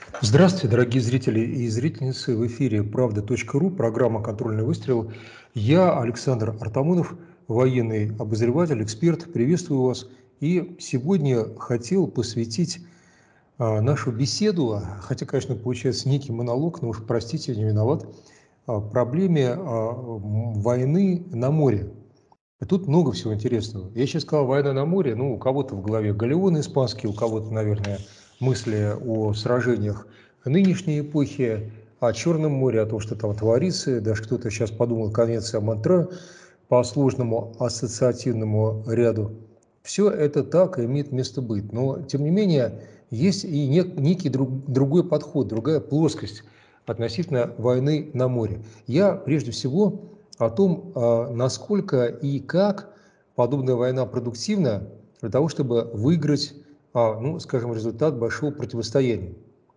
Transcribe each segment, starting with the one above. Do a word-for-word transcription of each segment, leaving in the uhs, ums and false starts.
Здравствуйте, дорогие зрители и зрительницы. В эфире правда точка ру, программа «Контрольный выстрел». Я, Александр Артамонов, военный обозреватель, эксперт. Приветствую вас. И сегодня хотел посвятить а, нашу беседу, хотя, конечно, получается некий монолог, но уж простите, не виноват, а, проблеме а, м, войны на море. И тут много всего интересного. Я сейчас сказал «война на море», ну, у кого-то в голове галеоны испанские, у кого-то, наверное, мысли о сражениях нынешней эпохи, о Черном море, о том, что там творится. Даже кто-то сейчас подумал «Конвенция Монтре» по сложному ассоциативному ряду. Все это так и имеет место быть. Но, тем не менее, есть и нек- некий друг- другой подход, другая плоскость относительно войны на море. Я, прежде всего, о том, а, насколько и как подобная война продуктивна для того, чтобы выиграть, а, ну, скажем, результат большого противостояния.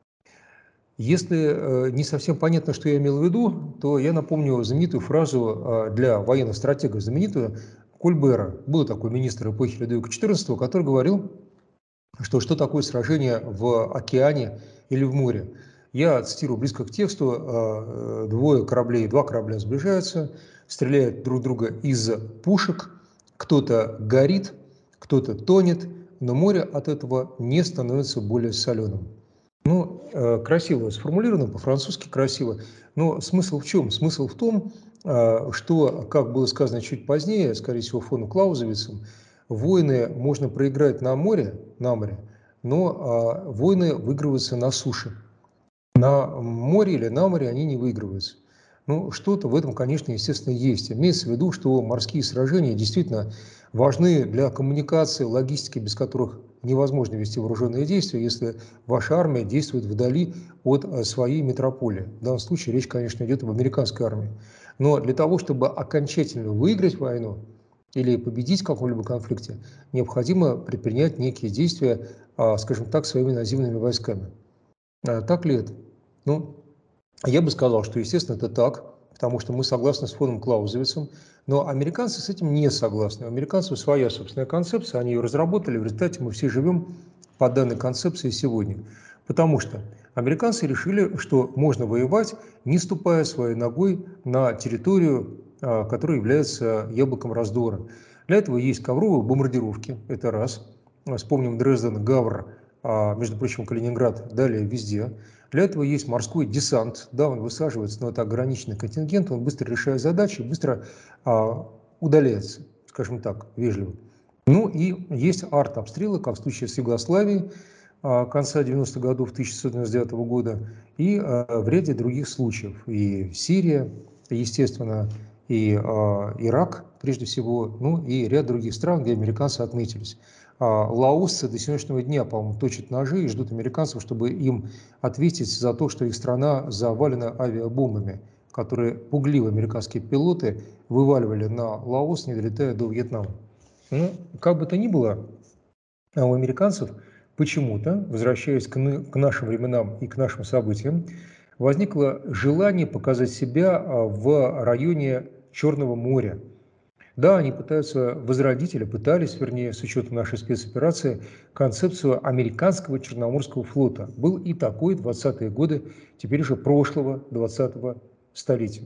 Если э, не совсем понятно, что я имел в виду, то я напомню знаменитую фразу а, для военных стратегов, знаменитую Кольбера. Был такой министр эпохи Людовика четырнадцатого, который говорил, что что такое сражение в океане или в море. Я цитирую близко к тексту: э, двое кораблей, два корабля сближаются, стреляют друг друга из пушек, кто-то горит, кто-то тонет, но море от этого не становится более соленым. Ну, э, красиво сформулировано, по-французски красиво, но смысл в чем? Смысл в том, э, что, как было сказано чуть позднее, скорее всего, фон Клаузевицем, войны можно проиграть на море, на море, но э, войны выигрываются на суше. На море или на море они не выигрываются. Ну, что-то в этом, конечно, естественно, есть. Имеется в виду, что морские сражения действительно важны для коммуникации, логистики, без которых невозможно вести вооруженные действия, если ваша армия действует вдали от э, своей метрополии. В данном случае речь, конечно, идет об американской армии. Но для того, чтобы окончательно выиграть войну или победить в каком-либо конфликте, необходимо предпринять некие действия, а, скажем так, своими наземными войсками. А так ли это? Ну, я бы сказал, что, естественно, это так, потому что мы согласны с фоном Клаузевицем, но американцы с этим не согласны. У американцев своя собственная концепция, они ее разработали, в результате мы все живем по данной концепции сегодня. Потому что американцы решили, что можно воевать, не ступая своей ногой на территорию, а, которая является яблоком раздора. Для этого есть ковровые бомбардировки, это раз. Вспомним Дрезден, Гавр, а, между прочим, Калининград, далее везде. Для этого есть морской десант, да, он высаживается, но это ограниченный контингент, он быстро решает задачи, быстро а, удаляется, скажем так, вежливо. Ну и есть артобстрелы, как в случае с Югославией а, конца девяностых годов, тысяча девятьсот девяносто девятого года, и а, в ряде других случаев. И Сирия, естественно, и а, Ирак, прежде всего, ну и ряд других стран, где американцы отметились. А, лаосцы до сегодняшнего дня, по-моему, точат ножи и ждут американцев, чтобы им ответить за то, что их страна завалена авиабомбами, которые пугливые американские пилоты вываливали на Лаос, не долетая до Вьетнама. Ну, как бы то ни было, а у американцев почему-то, возвращаясь к, к нашим временам и к нашим событиям, возникло желание показать себя а, в районе Черного моря. Да, они пытаются возродить, или пытались, вернее, с учетом нашей спецоперации, концепцию американского Черноморского флота. Был и такой в двадцатые годы, теперь уже прошлого двадцатого столетия.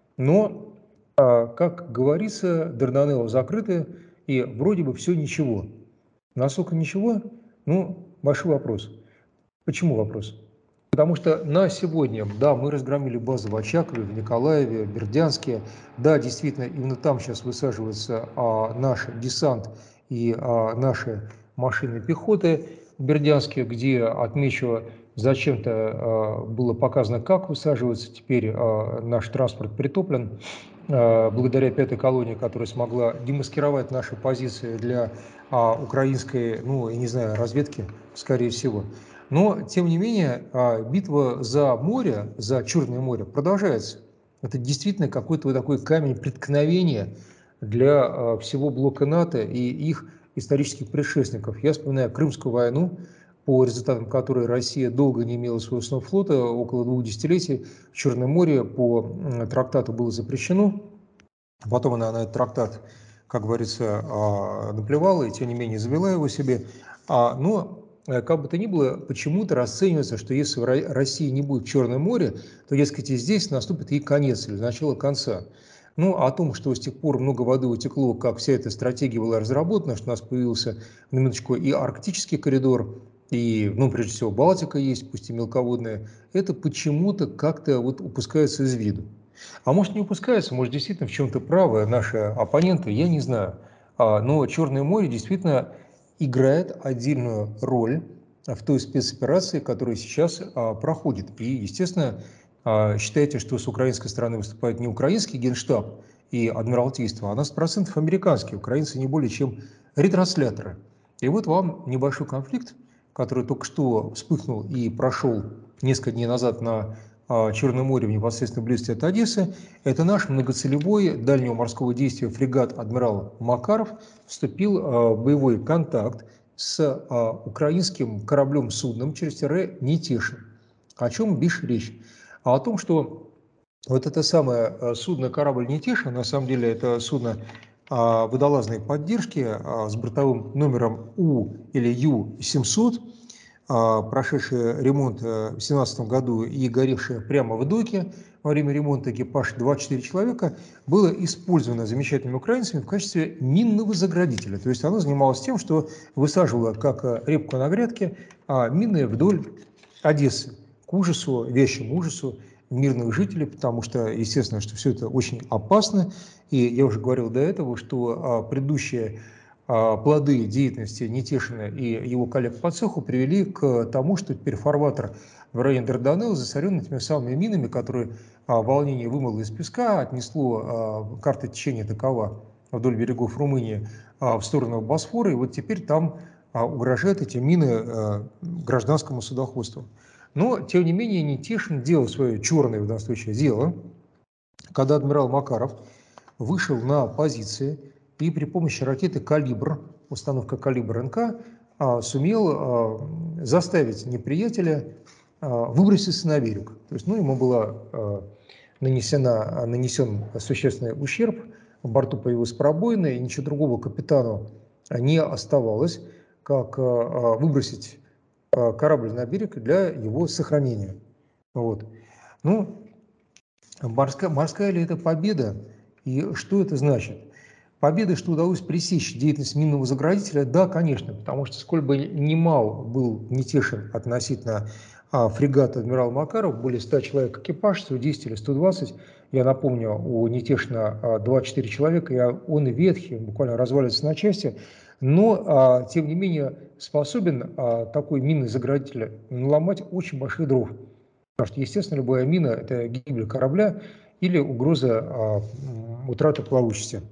Но, а, как говорится, Дарданеллы закрыты, и вроде бы все ничего. Насколько ничего? Ну, большой вопрос. Почему вопрос? Потому что на сегодня, да, мы разгромили базы в Очакове, в Николаеве, в Бердянске. Да, действительно, именно там сейчас высаживается а, наш десант и а, наши машины пехоты в Бердянске, где, отмечу, зачем-то а, было показано, как высаживаться. Теперь а, наш транспорт притоплен а, благодаря пятой колонии, которая смогла демаскировать наши позиции для а, украинской, ну, я не знаю, разведки, скорее всего. Но, тем не менее, битва за море, за Черное море продолжается. Это действительно какой-то такой камень преткновения для всего блока НАТО и их исторических предшественников. Я вспоминаю Крымскую войну, по результатам которой Россия долго не имела своего собственного флота, около двух десятилетий. В Черном море по трактату было запрещено. Потом она на этот трактат, как говорится, наплевала и, тем не менее, завела его себе. Но э, как бы то ни было, почему-то расценивается, что если в Ро- России не будет Черное море, то, дескать, и здесь наступит и конец, или начало конца. Ну, а о том, что с тех пор много воды утекло, как вся эта стратегия была разработана, что у нас появился, на минуточку, и арктический коридор, и, ну, прежде всего, Балтика есть, пусть и мелководная, это почему-то как-то вот упускается из виду. А может, не упускается, может, действительно в чем-то правы наши оппоненты, я не знаю. А, Но Черное море действительно играет отдельную роль в той спецоперации, которая сейчас а, проходит. И, естественно, а, считайте, что с украинской стороны выступает не украинский генштаб и адмиралтейство, а на сто процентов американские. Украинцы не более чем ретрансляторы. И вот вам небольшой конфликт, который только что вспыхнул и прошел несколько дней назад на а, Черном море в непосредственной близости от Одессы. Это наш многоцелевой дальнего морского действия фрегат «Адмирал Макаров» вступил а, в боевой контакт с а, украинским кораблем-судном через тире «Нетешин». О чем бишь речь? А о том, что вот это самое судно-корабль «Нетешин», на самом деле это судно а, водолазной поддержки а, с бортовым номером У или Ю семьсот, а, прошедшее ремонт э, в две тысячи семнадцатом году и горевшее прямо в доке во время ремонта, экипаж двадцать четыре человека, было использовано замечательными украинцами в качестве минного заградителя. То есть оно занималось тем, что высаживало, как э, репку на грядке, а, мины вдоль Одессы, к ужасу, вещему ужасу мирных жителей, потому что, естественно, что все это очень опасно. И я уже говорил до этого, что а, предыдущие а, плоды деятельности Нетешина и его коллег по цеху привели к тому, что теперь фарватер в районе Дарданелл засорен этими самыми минами, которые а, волнение вымыло из песка, отнесло, а, карта течения такова вдоль берегов Румынии а, в сторону Босфора, и вот теперь там а, угрожают эти мины а, гражданскому судоходству. Но, тем не менее, Нетешин делал свое черное в данном случае дело, когда адмирал Макаров вышел на позиции и при помощи ракеты «Калибр», установка «Калибр НК», а, сумел а, заставить неприятеля а, выброситься на берег. То есть, ну, ему была нанесена, нанесен существенный ущерб, в борту появилась пробоина, и ничего другого капитану не оставалось, как выбросить корабль на берег для его сохранения. Вот. Ну, морская, морская ли это победа? И что это значит? Победа, что удалось пресечь деятельность минного заградителя, да, конечно, потому что сколь бы ни мал был Нетешин относительно а, фрегата «Адмирал Макаров», более ста человек экипаж, сто десять или сто двадцать, я напомню, у Нетешина а, двадцать четыре человека, и он ветхий, буквально разваливается на части, но, а, тем не менее, способен а, такой минный заградитель наломать очень больших дров. Потому что, естественно, любая мина – это гибель корабля или угроза а, утраты плавучести.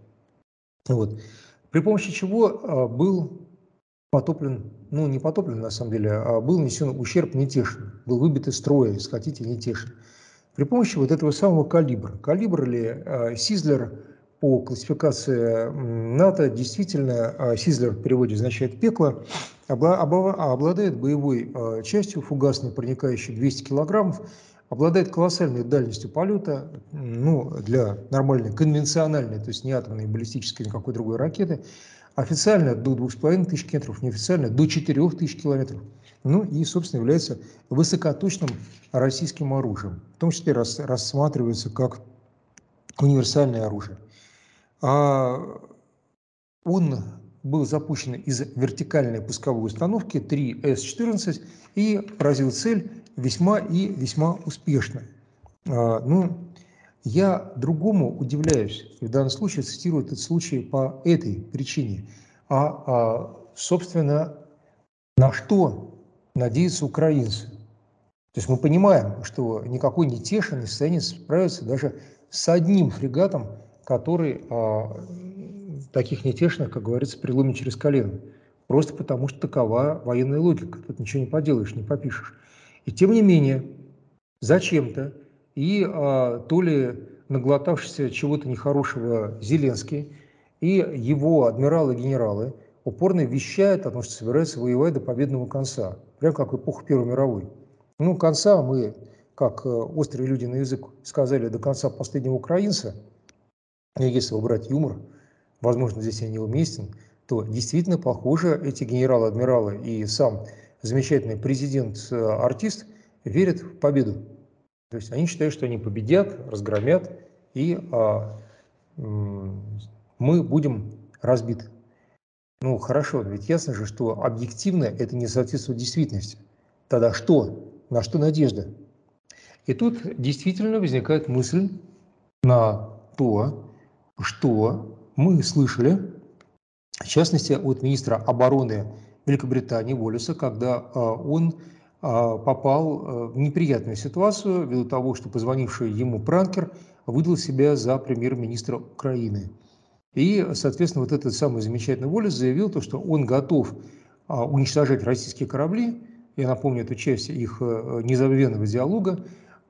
Вот. При помощи чего а, был потоплен, ну не потоплен на самом деле, а был нанесен ущерб Нетешину, был выбит из строя, если хотите, Нетешин. При помощи вот этого самого калибра. Калибр или а, Сизлер по классификации НАТО, действительно, а, Сизлер в переводе означает пекло, обладает боевой а, частью фугасной, проникающей двести килограммов, обладает колоссальной дальностью полета, ну, для нормальной, конвенциональной, то есть не атомной, баллистической, никакой другой ракеты, официально до двух с половиной тысяч километров, неофициально до четырёх тысяч километров. Ну и, собственно, является высокоточным российским оружием, в том числе рас, рассматривается как универсальное оружие. А он был запущен из вертикальной пусковой установки три эс четырнадцать и поразил цель весьма и весьма успешно. А, ну, я другому удивляюсь, и в данном случае цитирую этот случай по этой причине. А, а собственно, на что надеются украинцы? То есть мы понимаем, что никакой Нетешин не в состоянии справиться даже с одним фрегатом, который а, таких Нетешинов, как говорится, переломит через колено. Просто потому что такова военная логика. Тут ничего не поделаешь, не попишешь. И тем не менее, зачем-то и а, то ли наглотавшийся чего-то нехорошего Зеленский и его адмиралы-генералы упорно вещают о том, что собираются воевать до победного конца, прямо как в эпоху Первой мировой. Ну, конца мы, как острые люди на язык, сказали, до конца последнего украинца, и если убрать юмор, возможно, здесь я неуместен, то действительно, похоже, эти генералы-адмиралы и сам замечательный президент-артист верят в победу. То есть они считают, что они победят, разгромят, и а, мы будем разбиты. Ну хорошо, ведь ясно же, что объективно это не соответствует действительности. Тогда что? На что надежда? И тут действительно возникает мысль на то, что мы слышали, в частности, от министра обороны Великобритании Уоллеса, когда он попал в неприятную ситуацию ввиду того, что позвонивший ему пранкер выдал себя за премьер-министра Украины. И, соответственно, вот этот самый замечательный Уоллес заявил, то, что он готов уничтожать российские корабли. Я напомню эту часть их незабвенного диалога.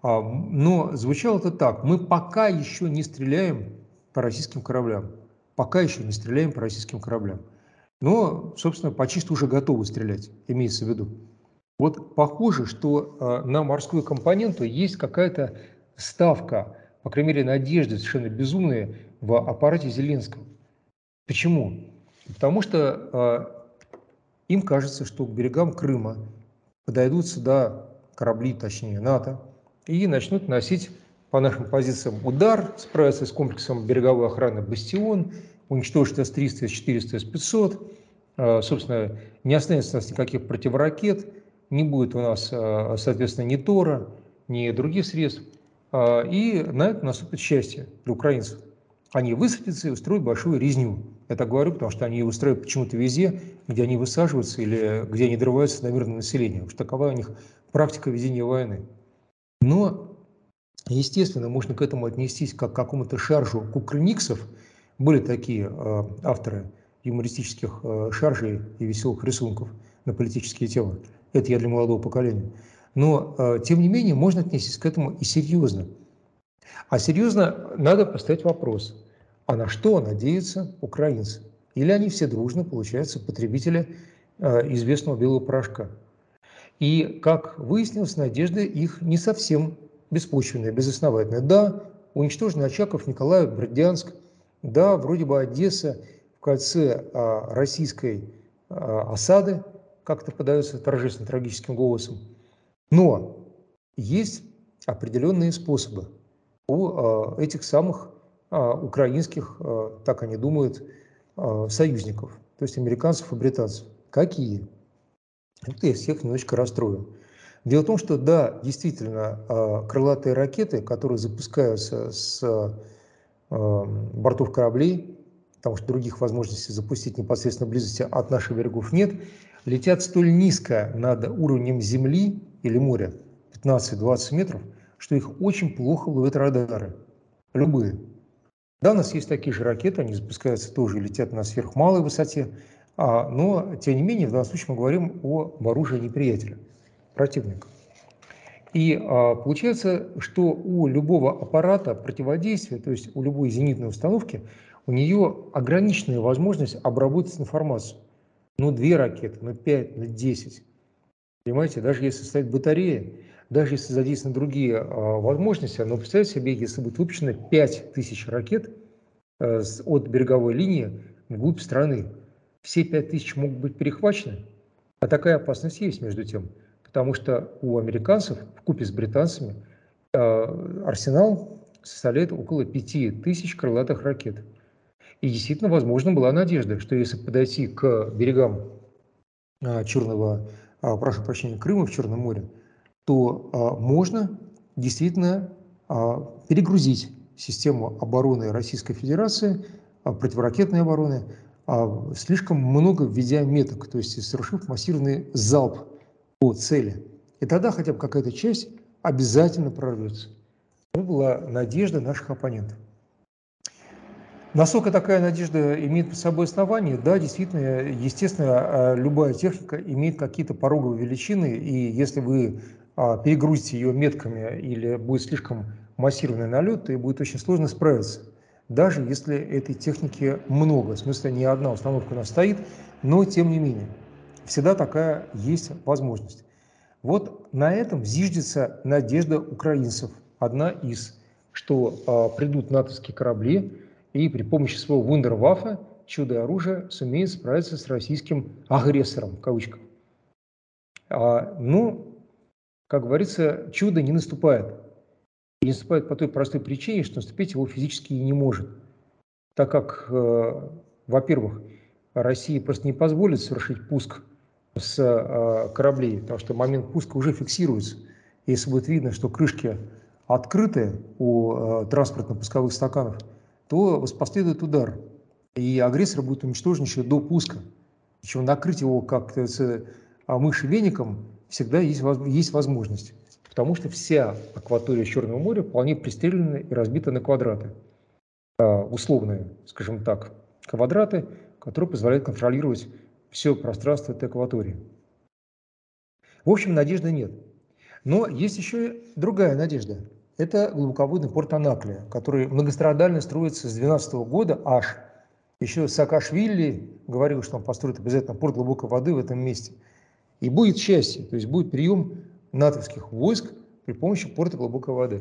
Но звучало это так: мы пока еще не стреляем по российским кораблям. Пока еще не стреляем по российским кораблям. Но, собственно, почти что уже готовы стрелять, имеется в виду. Вот похоже, что на морскую компоненту есть какая-то ставка, по крайней мере, надежды совершенно безумные в аппарате Зеленского. Почему? Потому что им кажется, что к берегам Крыма подойдут сюда корабли, точнее НАТО, и начнут носить по нашим позициям удар, справиться с комплексом береговой охраны «Бастион», уничтожить эс триста, эс четыреста, эс пятьсот. Собственно, не останется у нас никаких противоракет, не будет у нас, соответственно, ни ТОРа, ни других средств. И на это наступит счастье для украинцев. Они высадятся и устроят большую резню. Я так говорю, потому что они ее устраивают почему-то везде, где они высаживаются или где они дорываются на мирное население. Потому что такова у них практика ведения войны. Но, естественно, можно к этому отнестись как к какому-то шаржу кукрыниксов. Были такие э, авторы юмористических э, шаржей и веселых рисунков на политические темы. Это я для молодого поколения. Но, э, тем не менее, можно отнестись к этому и серьезно. А серьезно надо поставить вопрос: а на что надеются украинцы? Или они все дружно, получается, потребители э, известного белого порошка? И, как выяснилось, надежды их не совсем беспочвенные, безосновательные. Да, уничтожен Очаков, Николаев, Бердянск. Да, вроде бы Одесса в кольце а, российской а, осады, как-то подается торжественно трагическим голосом. Но есть определенные способы у а, этих самых а, украинских, а, так они думают, а, союзников, то есть американцев и британцев. Какие? Это я всех немножечко расстрою. Дело в том, что да, действительно, крылатые ракеты, которые запускаются с бортов кораблей, потому что других возможностей запустить непосредственно близости от наших берегов нет, летят столь низко над уровнем земли или моря, пятнадцать-двадцать метров, что их очень плохо ловят радары, любые. Да, у нас есть такие же ракеты, они запускаются тоже и летят на сверхмалой высоте, но, тем не менее, в данном случае мы говорим об оружии неприятеля, противника. И а, получается, что у любого аппарата противодействия, то есть у любой зенитной установки, у нее ограниченная возможность обработать информацию. Ну, две ракеты, ну, пять, ну, десять. Понимаете, даже если стоит батарея, даже если задействованы другие а, возможности, но представьте себе, если будет выпущено пять тысяч ракет а, с, от береговой линии вглубь страны, все пять тысяч могут быть перехвачены, а такая опасность есть между тем. Потому что у американцев вкупе с британцами э, арсенал составляет около пяти тысяч крылатых ракет. И действительно, возможно, была надежда, что если подойти к берегам э, Черного, э, прошу прощения, Крыма в Черном море, то э, можно действительно э, перегрузить систему обороны Российской Федерации, э, противоракетной обороны, э, слишком много введя меток, то есть совершив массированный залп по цели. И тогда хотя бы какая-то часть обязательно прорвется. Это была надежда наших оппонентов. Насколько такая надежда имеет под собой основание? Да, действительно, естественно, любая техника имеет какие-то пороговые величины, и если вы перегрузите ее метками или будет слишком массированный налет, то и будет очень сложно справиться. Даже если этой техники много, в смысле не одна установка у нас стоит, но тем не менее, всегда такая есть возможность. Вот на этом зиждется надежда украинцев, одна из, что а, придут натовские корабли и при помощи своего вундерваффе, чудо-оружия, сумеют справиться с российским агрессором, в кавычках. А, ну, как говорится, чудо не наступает. И не наступает по той простой причине, что наступить его физически и не может. Так как, э, во-первых, Россия просто не позволит совершить пуск с э, кораблей, потому что момент пуска уже фиксируется. Если будет видно, что крышки открыты у э, транспортно-пусковых стаканов, то воспоследует удар, и агрессор будет уничтожен еще до пуска. Причем накрыть его как-то с мыши веником всегда есть, есть возможность, потому что вся акватория Черного моря вполне пристрелена и разбита на квадраты. Условные, скажем так, квадраты, которые позволяют контролировать все пространство этой акватории. В общем, надежды нет. Но есть еще и другая надежда. Это глубоководный порт Анаклия, который многострадально строится с две тысячи двенадцатого года аж. Еще Саакашвили говорил, что он построит обязательно порт глубокой воды в этом месте. И будет счастье, то есть будет прием натовских войск при помощи порта глубокой воды.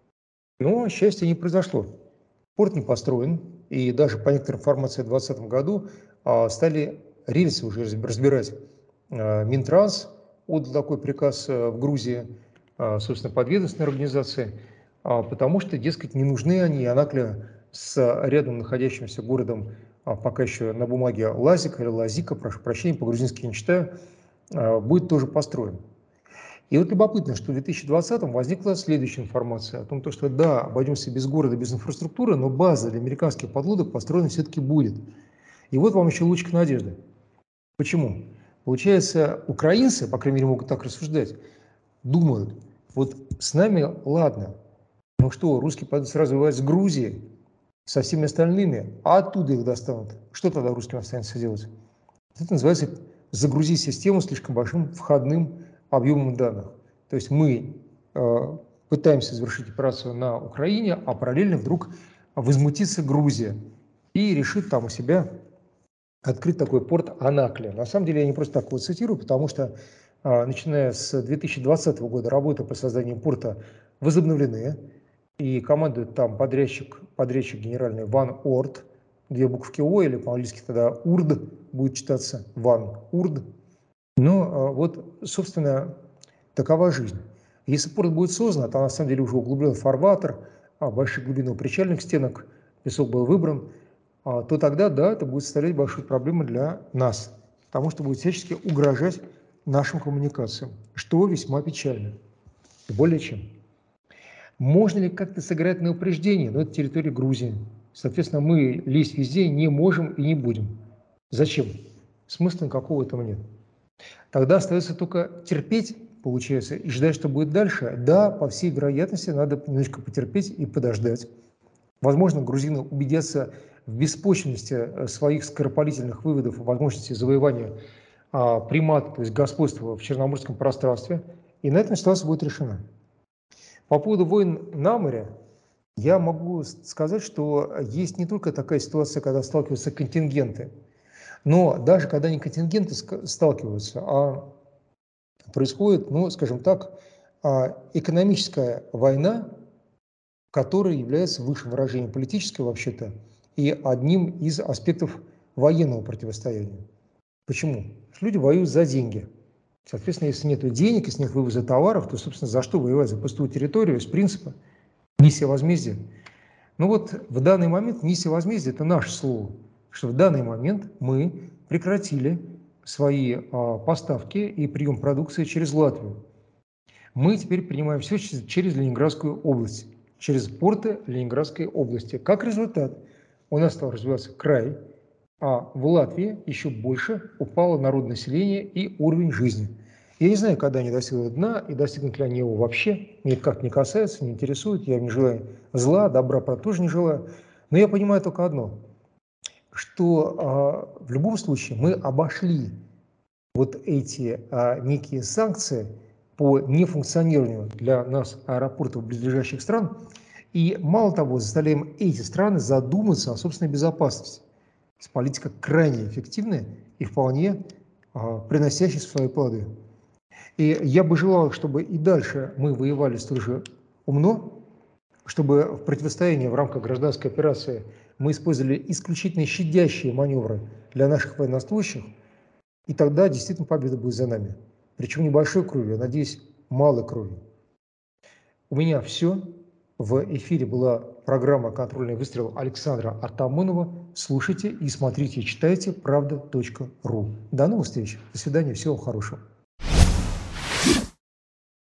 Но счастья не произошло. Порт не построен, и даже по некоторым информациям в две тысячи двадцатом году а, стали рельсы уже разбирать. А, Минтранс отдал такой приказ а, в Грузии, а, собственно, подведомственной организации, а, потому что, дескать, не нужны они, и Анаклия с рядом находящимся городом, а, пока еще на бумаге Лазика или Лазика, прошу прощения, по-грузински не читаю, а, будет тоже построен. И вот любопытно, что в две тысячи двадцатом возникла следующая информация о том, что да, обойдемся без города, без инфраструктуры, но база для американских подлодок построена все-таки будет. И вот вам еще лучик надежды. Почему? Получается, украинцы, по крайней мере, могут так рассуждать, думают, вот с нами ладно, ну что, русские пойдут сразу воевать с Грузией, со всеми остальными, а оттуда их достанут. Что тогда русским останется делать? Это называется загрузить систему слишком большим входным объемом данных. То есть мы э, пытаемся завершить операцию на Украине, а параллельно вдруг возмутится Грузия и решит там у себя открыть такой порт Анаклия. На самом деле я не просто так его цитирую, потому что э, начиная с две тысячи двадцатого года работы по созданию порта возобновлены, и командует там подрядчик, подрядчик генеральный Ван Орт, две буковки О, или по-английски тогда Урд будет читаться Ван Урд. Но вот, собственно, такова жизнь. Если порт будет создан, то на самом деле уже углублен фарватер, большие глубины у причальных стенок, песок был выбран, то тогда, да, это будет составлять большую проблему для нас, потому что будет всячески угрожать нашим коммуникациям, что весьма печально. И более чем. Можно ли как-то сыграть на упреждение? Но это территория Грузии. Соответственно, мы лезть везде не можем и не будем. Зачем? Смысла никакого в этом нет. Тогда остается только терпеть, получается, и ждать, что будет дальше. Да, по всей вероятности, надо немножко потерпеть и подождать. Возможно, грузины убедятся в беспочвенности своих скоропалительных выводов о возможности завоевания а, примата, то есть господства в Черноморском пространстве, и на этом ситуация будет решена. По поводу войн на море, я могу сказать, что есть не только такая ситуация, когда сталкиваются контингенты, но даже когда не контингенты сталкиваются, а происходит, ну, скажем так, экономическая война, которая является высшим выражением политической, вообще-то, и одним из аспектов военного противостояния. Почему? Потому что люди воюют за деньги. Соответственно, если нет денег, если нет вывоза товаров, то, собственно, за что воевать? За пустую территорию, из принципа. Миссия возмездия. Ну вот в данный момент миссия возмездия – это наше слово, что в данный момент мы прекратили свои а, поставки и прием продукции через Латвию. Мы теперь принимаем все через, через Ленинградскую область, через порты Ленинградской области. Как результат, у нас стал развиваться край, а в Латвии еще больше упало народонаселение и уровень жизни. Я не знаю, когда они достигнут дна, и достигнут ли они его вообще. Меня это как-то не касается, не интересует. Я не желаю зла, добра, правда, тоже не желаю. Но я понимаю только одно, что э, в любом случае мы обошли вот эти э, некие санкции по нефункционированию для нас аэропортов близлежащих стран. И мало того, заставляем эти страны задуматься о собственной безопасности. Политика крайне эффективная и вполне а, приносящая свои плоды. И я бы желал, чтобы и дальше мы воевали столь же умно, чтобы в противостоянии в рамках гражданской операции мы использовали исключительно щадящие маневры для наших военнослужащих, и тогда действительно победа будет за нами. Причем небольшой крови, я надеюсь, малой крови. У меня все. В эфире была программа «Контрольный выстрел» Александра Артамонова. Слушайте и смотрите, читайте правда точка ру. До новых встреч. До свидания. Всего хорошего.